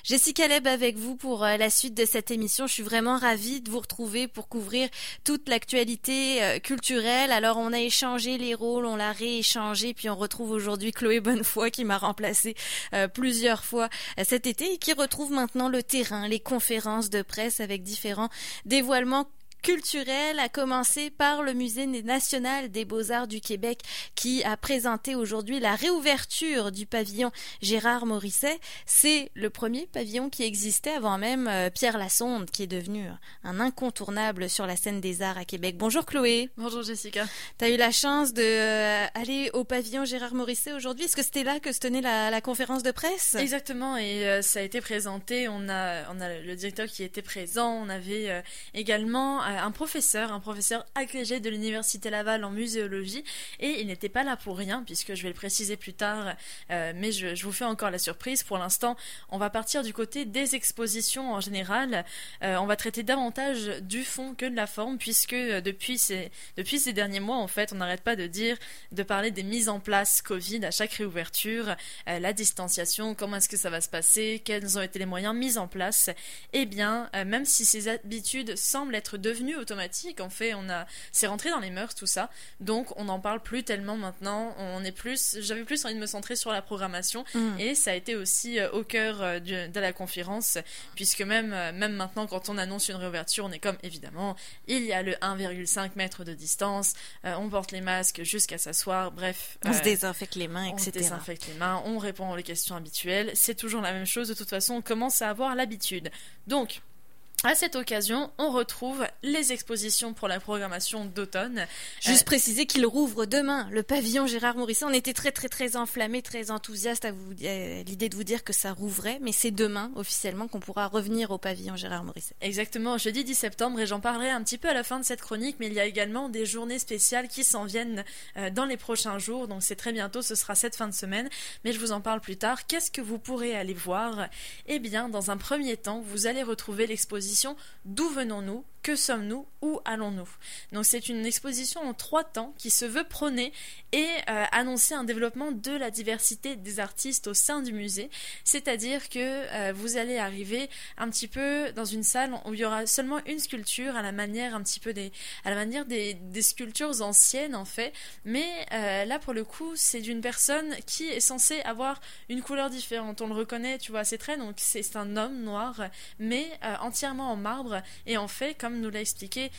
Jessica Leb avec vous pour la suite de cette émission. Je suis vraiment ravie de vous retrouver pour couvrir toute l'actualité culturelle. Alors on a échangé les rôles, on l'a rééchangé, puis on retrouve aujourd'hui Chloé Bonnefoy qui m'a remplacée plusieurs fois cet été et qui retrouve maintenant le terrain, les conférences de presse avec différents dévoilements culturel, à commencer par le Musée national des beaux-arts du Québec qui a présenté aujourd'hui la réouverture du pavillon Gérard Morisset. C'est le premier pavillon qui existait avant même Pierre Lassonde, qui est devenu un incontournable sur la scène des arts à Québec. Bonjour Chloé. Bonjour Jessica. Tu as eu la chance d'aller au pavillon Gérard Morisset aujourd'hui. Est-ce que c'était là que se tenait la conférence de presse? Exactement, et ça a été présenté. On a le directeur qui était présent. On avait également un professeur agrégé de l'Université Laval en muséologie, et il n'était pas là pour rien, puisque je vais le préciser plus tard, mais je vous fais encore la surprise. Pour l'instant, on va partir du côté des expositions en général. On va traiter davantage du fond que de la forme, puisque depuis ces derniers mois, en fait, on n'arrête pas de parler des mises en place Covid à chaque réouverture, la distanciation, comment est-ce que ça va se passer, quels ont été les moyens mis en place. Eh bien, même si ces habitudes semblent être devenues automatiques, en fait, c'est rentré dans les mœurs tout ça, donc on n'en parle plus tellement maintenant. J'avais plus envie de me centrer sur la programmation, et ça a été aussi au cœur de la conférence, puisque même maintenant, quand on annonce une réouverture, on est comme, évidemment, il y a le 1,5 mètre de distance, on porte les masques jusqu'à s'asseoir, bref. On se désinfecte les mains, etc. On se désinfecte les mains, on répond aux questions habituelles, c'est toujours la même chose, de toute façon, on commence à avoir l'habitude. Donc, à cette occasion, on retrouve les expositions pour la programmation d'automne. Juste préciser qu'il rouvre demain, le pavillon Gérard Morisset. On était très très très enflammés, très enthousiastes à l'idée de vous dire que ça rouvrait, mais c'est demain officiellement qu'on pourra revenir au pavillon Gérard Morisset. Exactement, jeudi 10 septembre, et j'en parlerai un petit peu à la fin de cette chronique, mais il y a également des journées spéciales qui s'en viennent dans les prochains jours, donc c'est très bientôt, ce sera cette fin de semaine, mais je vous en parle plus tard. Qu'est-ce que vous pourrez aller voir? Eh bien, dans un premier temps, vous allez retrouver l'exposition D'où venons-nous? Que sommes-nous? Où allons-nous? Donc c'est une exposition en 3 temps qui se veut prôner et annoncer un développement de la diversité des artistes au sein du musée. C'est-à-dire que vous allez arriver un petit peu dans une salle où il y aura seulement une sculpture à la manière un petit peu des sculptures anciennes en fait. Mais là pour le coup c'est d'une personne qui est censée avoir une couleur différente. On le reconnaît, tu vois, ses traits. Donc c'est un homme noir mais entièrement en marbre, et en fait comme nous l'expliquait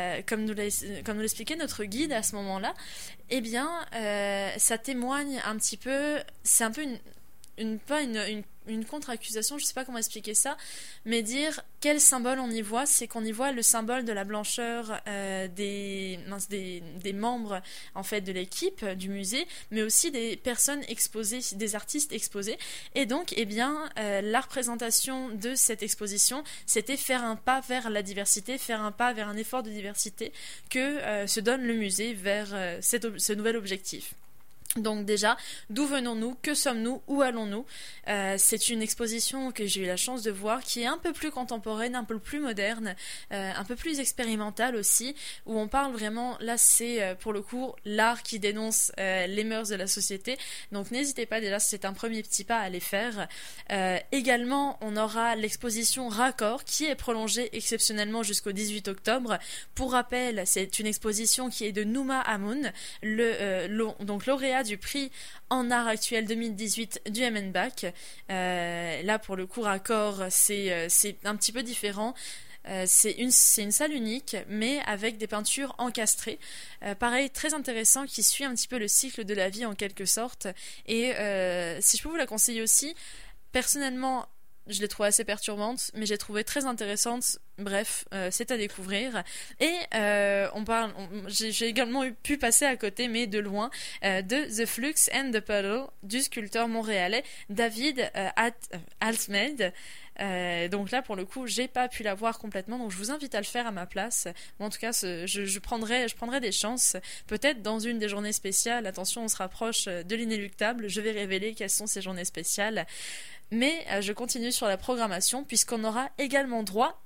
notre guide à ce moment-là, eh bien ça témoigne un petit peu, c'est un peu une contre-accusation, je sais pas comment expliquer ça, mais dire quel symbole on y voit, c'est qu'on y voit le symbole de la blancheur des membres en fait de l'équipe du musée, mais aussi des personnes exposées, des artistes exposés. Et donc, eh bien, la représentation de cette exposition, c'était faire un pas vers la diversité, faire un pas vers un effort de diversité que se donne le musée vers ce nouvel objectif. Donc déjà, d'où venons-nous? Que sommes-nous? Où allons-nous? C'est une exposition que j'ai eu la chance de voir, qui est un peu plus contemporaine, un peu plus moderne, un peu plus expérimentale aussi, où on parle vraiment, là c'est pour le coup l'art qui dénonce les mœurs de la société. Donc n'hésitez pas, déjà c'est un premier petit pas à aller faire. Également, on aura l'exposition Raccord qui est prolongée exceptionnellement jusqu'au 18 octobre. Pour rappel, c'est une exposition qui est de Nouma Hamoun, donc lauréat du prix en art actuel 2018 du MNBAC. Là pour le coup Raccord c'est un petit peu différent. C'est une salle unique mais avec des peintures encastrées, pareil très intéressant, qui suit un petit peu le cycle de la vie en quelque sorte, et si je peux vous la conseiller aussi, personnellement je l'ai trouvée assez perturbante, mais j'ai trouvé très intéressante. Bref, c'est à découvrir. Et j'ai également pu passer à côté, mais de loin, de The Flux and the Puddle du sculpteur montréalais David Altmed. Donc là, pour le coup, j'ai pas pu la voir complètement, donc je vous invite à le faire à ma place. Bon, en tout cas, je prendrai des chances. Peut-être dans une des journées spéciales. Attention, on se rapproche de l'inéluctable. Je vais révéler quelles sont ces journées spéciales. Mais je continue sur la programmation, puisqu'on aura également droit à l'exposition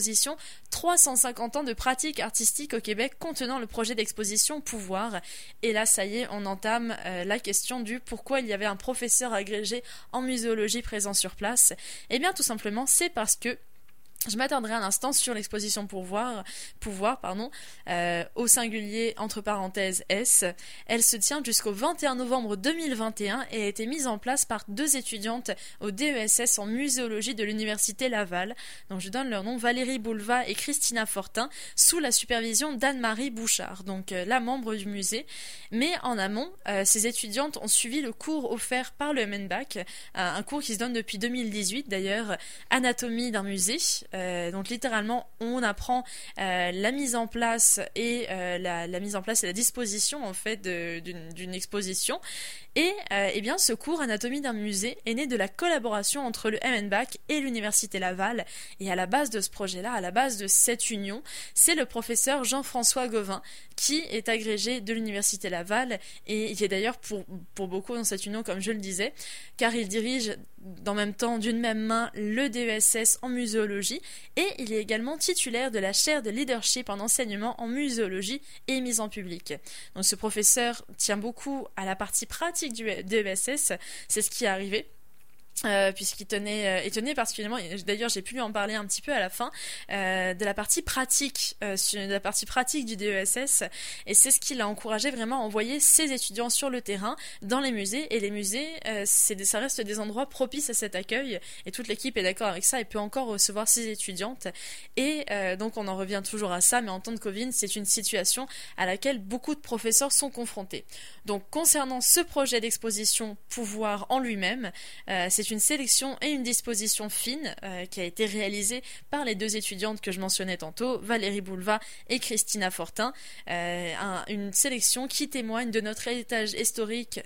l'exposition 350 ans de pratique artistique au Québec contenant le projet d'exposition Pouvoir. Et là, ça y est, on entame la question du pourquoi il y avait un professeur agrégé en muséologie présent sur place. Eh bien, tout simplement, c'est parce que je m'attarderai un instant sur l'exposition Pouvoir, au singulier entre parenthèses S. Elle se tient jusqu'au 21 novembre 2021 et a été mise en place par 2 étudiantes au DESS en muséologie de l'Université Laval. Donc je donne leur nom, Valérie Boulva et Christina Fortin, sous la supervision d'Anne-Marie Bouchard, donc la membre du musée. Mais en amont, ces étudiantes ont suivi le cours offert par le MNBAC, un cours qui se donne depuis 2018 d'ailleurs, Anatomie d'un musée. Donc littéralement on apprend la mise en place et la mise en place et la disposition en fait d'une exposition. Et eh bien ce cours Anatomie d'un musée est né de la collaboration entre le MNBAC et l'Université Laval, et à la base de ce projet-là, à la base de cette union, c'est le professeur Jean-François Gauvin qui est agrégé de l'Université Laval et qui est d'ailleurs pour beaucoup dans cette union, comme je le disais, car il dirige en même temps d'une même main le DESS en muséologie, et il est également titulaire de la chaire de leadership en enseignement en muséologie et mise en public. Donc ce professeur tient beaucoup à la partie pratique du DESS, c'est ce qui est arrivé. Puisqu'il tenait particulièrement, d'ailleurs j'ai pu lui en parler un petit peu à la fin, de la partie pratique du DESS, et c'est ce qui l'a encouragé vraiment à envoyer ses étudiants sur le terrain, dans les musées, et les musées, ça reste des endroits propices à cet accueil, et toute l'équipe est d'accord avec ça et peut encore recevoir ses étudiantes, et donc on en revient toujours à ça, mais en temps de Covid, c'est une situation à laquelle beaucoup de professeurs sont confrontés. Donc concernant ce projet d'exposition Pouvoir en lui-même, c'est une sélection et une disposition fine qui a été réalisée par les 2 étudiantes que je mentionnais tantôt, Valérie Boulva et Christina Fortin, une sélection qui témoigne de notre héritage historique,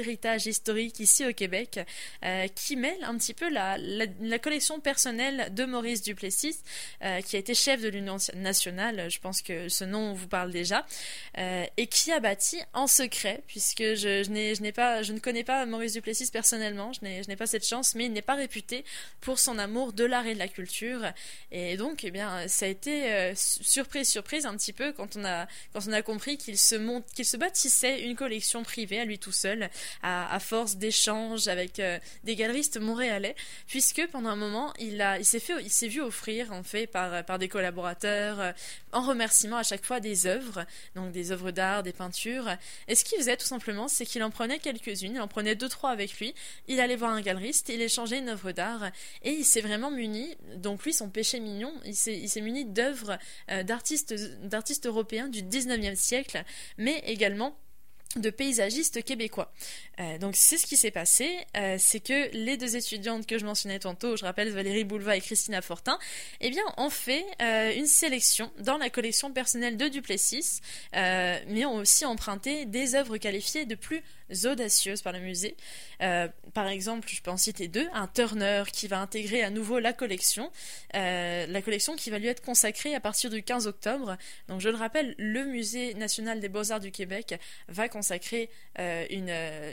ici au Québec, qui mêle un petit peu la collection personnelle de Maurice Duplessis, qui a été chef de l'Union nationale, je pense que ce nom vous parle déjà, et qui a bâti en secret, puisque je ne connais pas Maurice Duplessis personnellement, je n'ai pas cette chance, mais il n'est pas réputé pour son amour de l'art et de la culture, et donc eh bien ça a été surprise un petit peu quand on a compris qu'il se bâtissait une collection privée à lui tout seul, à force d'échanges avec des galeristes montréalais, puisque pendant un moment il s'est vu offrir en fait par des collaborateurs en remerciement à chaque fois des œuvres, donc des œuvres d'art, des peintures, et ce qu'il faisait tout simplement, c'est qu'il en prenait quelques-unes, il en prenait 2-3 avec lui, il allait voir un galeriste, il échangeait une œuvre d'art, et il s'est vraiment muni, donc lui son péché mignon, il s'est muni d'œuvres d'artistes européens du 19e siècle, mais également de paysagistes québécois. Donc c'est ce qui s'est passé, c'est que les 2 étudiantes que je mentionnais tantôt, je rappelle Valérie Boulva et Christina Fortin, eh bien ont fait une sélection dans la collection personnelle de Duplessis, mais ont aussi emprunté des œuvres qualifiées de plus audacieuses par le musée. Par exemple, je peux en citer 2, un Turner qui va intégrer à nouveau la collection qui va lui être consacrée à partir du 15 octobre. Donc je le rappelle, le Musée national des beaux-arts du Québec va consacrer une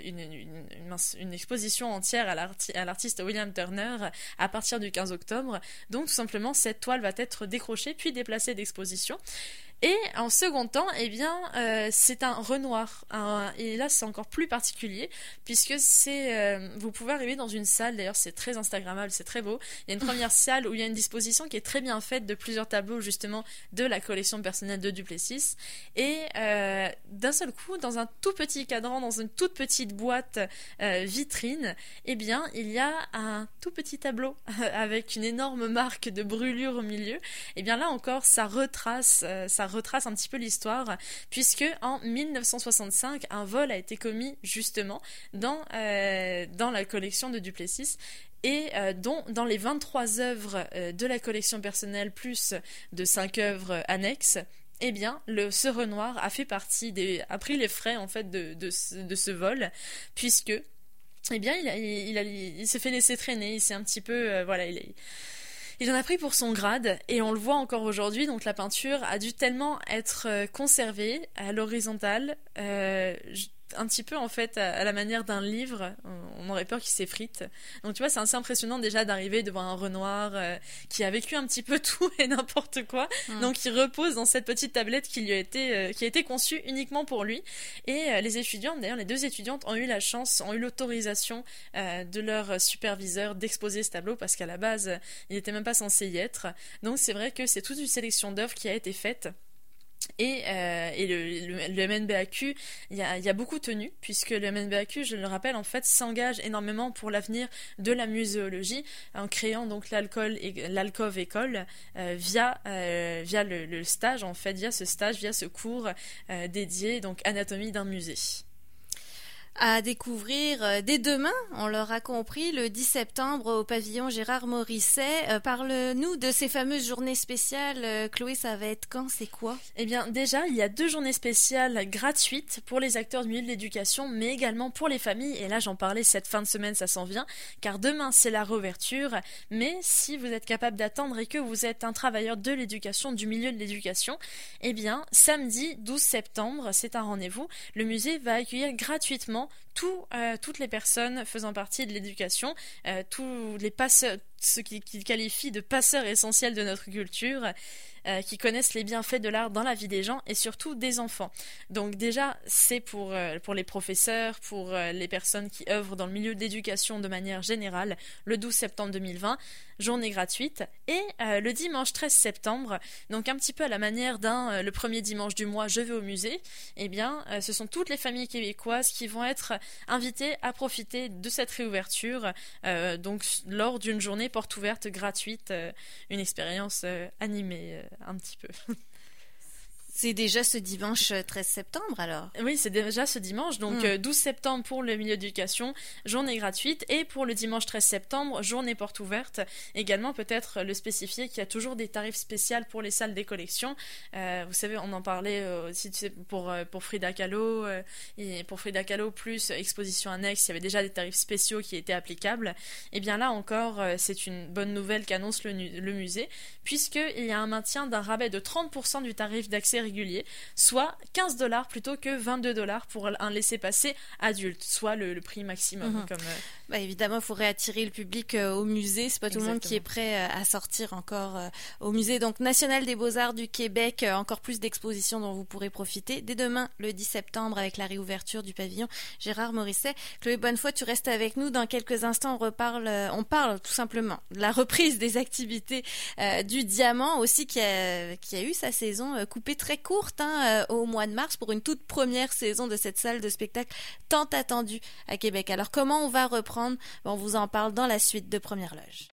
exposition entière à l'artiste William Turner à partir du 15 octobre. Donc tout simplement, cette toile va être décrochée puis déplacée d'exposition. Et en second temps, eh bien, c'est un Renoir. Et là, c'est encore plus particulier, puisque vous pouvez arriver dans une salle, d'ailleurs, c'est très instagrammable, c'est très beau. Il y a une première salle où il y a une disposition qui est très bien faite de plusieurs tableaux, justement, de la collection personnelle de Duplessis. Et d'un seul coup, dans un tout petit cadran, dans une toute petite boîte vitrine, eh bien, il y a un tout petit tableau avec une énorme marque de brûlure au milieu. Et bien là encore, ça retrace un petit peu l'histoire, puisque en 1965, un vol a été commis justement dans la collection de Duplessis, et dont dans les 23 œuvres de la collection personnelle plus de 5 œuvres annexes, eh bien, ce Renoir a pris les frais en fait de ce vol, puisque eh bien il s'est fait laisser traîner, il s'est un petit peu il en a pris pour son grade, et on le voit encore aujourd'hui. Donc la peinture a dû tellement être conservée à l'horizontale, un petit peu en fait à la manière d'un livre, on aurait peur qu'il s'effrite. Donc tu vois, c'est assez impressionnant déjà d'arriver devant un Renoir qui a vécu un petit peu tout et n'importe quoi. Donc il repose dans cette petite tablette qui a été conçue uniquement pour lui. Et les étudiantes, d'ailleurs les 2 étudiantes ont eu l'autorisation de leur superviseur d'exposer ce tableau parce qu'à la base il n'était même pas censé y être. Donc c'est vrai que c'est toute une sélection d'œuvres qui a été faite. Et le MNBAQ, il y a beaucoup tenu, puisque le MNBAQ, je le rappelle, en fait, s'engage énormément pour l'avenir de la muséologie, en créant donc l'Alcove École via le stage, en fait, via ce cours dédié, donc anatomie d'un musée. À découvrir dès demain, on l'aura compris, le 10 septembre au pavillon Gérard Morisset. Parle-nous de ces fameuses journées spéciales. Chloé, ça va être quand? C'est quoi? Eh bien, déjà, il y a 2 journées spéciales gratuites pour les acteurs du milieu de l'éducation, mais également pour les familles. Et là, j'en parlais cette fin de semaine, ça s'en vient, car demain, c'est la réouverture. Mais si vous êtes capable d'attendre et que vous êtes un travailleur de l'éducation, du milieu de l'éducation, eh bien, samedi 12 septembre, c'est un rendez-vous. Le musée va accueillir gratuitement toutes les personnes faisant partie de l'éducation, tous les passeurs, ceux qu'il qualifie de passeurs essentiels de notre culture, qui connaissent les bienfaits de l'art dans la vie des gens et surtout des enfants. Donc déjà, c'est pour les professeurs, pour les personnes qui œuvrent dans le milieu de l'éducation de manière générale, le 12 septembre 2020, journée gratuite. Et le dimanche 13 septembre, donc un petit peu à la manière le premier dimanche du mois, je vais au musée, eh bien, ce sont toutes les familles québécoises qui vont être invitées à profiter de cette réouverture, donc lors d'une journée porte ouverte gratuite, une expérience animée un petit peu. C'est déjà ce dimanche 13 septembre alors? Oui, c'est déjà ce dimanche, donc 12 septembre pour le milieu d'éducation, journée gratuite, et pour le dimanche 13 septembre, journée porte ouverte. Également, peut-être le spécifier qu'il y a toujours des tarifs spéciaux pour les salles des collections. Vous savez, on en parlait aussi pour Frida Kahlo, et pour Frida Kahlo plus exposition annexe, il y avait déjà des tarifs spéciaux qui étaient applicables. Et bien là encore, c'est une bonne nouvelle qu'annonce le musée, puisqu'il y a un maintien d'un rabais de 30% du tarif d'accès régulier, soit 15$ plutôt que 22$ pour un laissez-passer adulte, soit le prix maximum. Évidemment, il faut réattirer le public au musée. C'est pas tout le monde qui est prêt à sortir encore au musée. Donc, National des Beaux-Arts du Québec, encore plus d'expositions dont vous pourrez profiter dès demain, le 10 septembre, avec la réouverture du pavillon Gérard Morisset. Chloé Bonnefoy, tu restes avec nous. Dans quelques instants, on parle tout simplement de la reprise des activités du Diamant aussi, qui a eu sa saison coupée très courte au mois de mars pour une toute première saison de cette salle de spectacle tant attendue à Québec. Alors comment on va reprendre? On vous en parle dans la suite de Première Loge.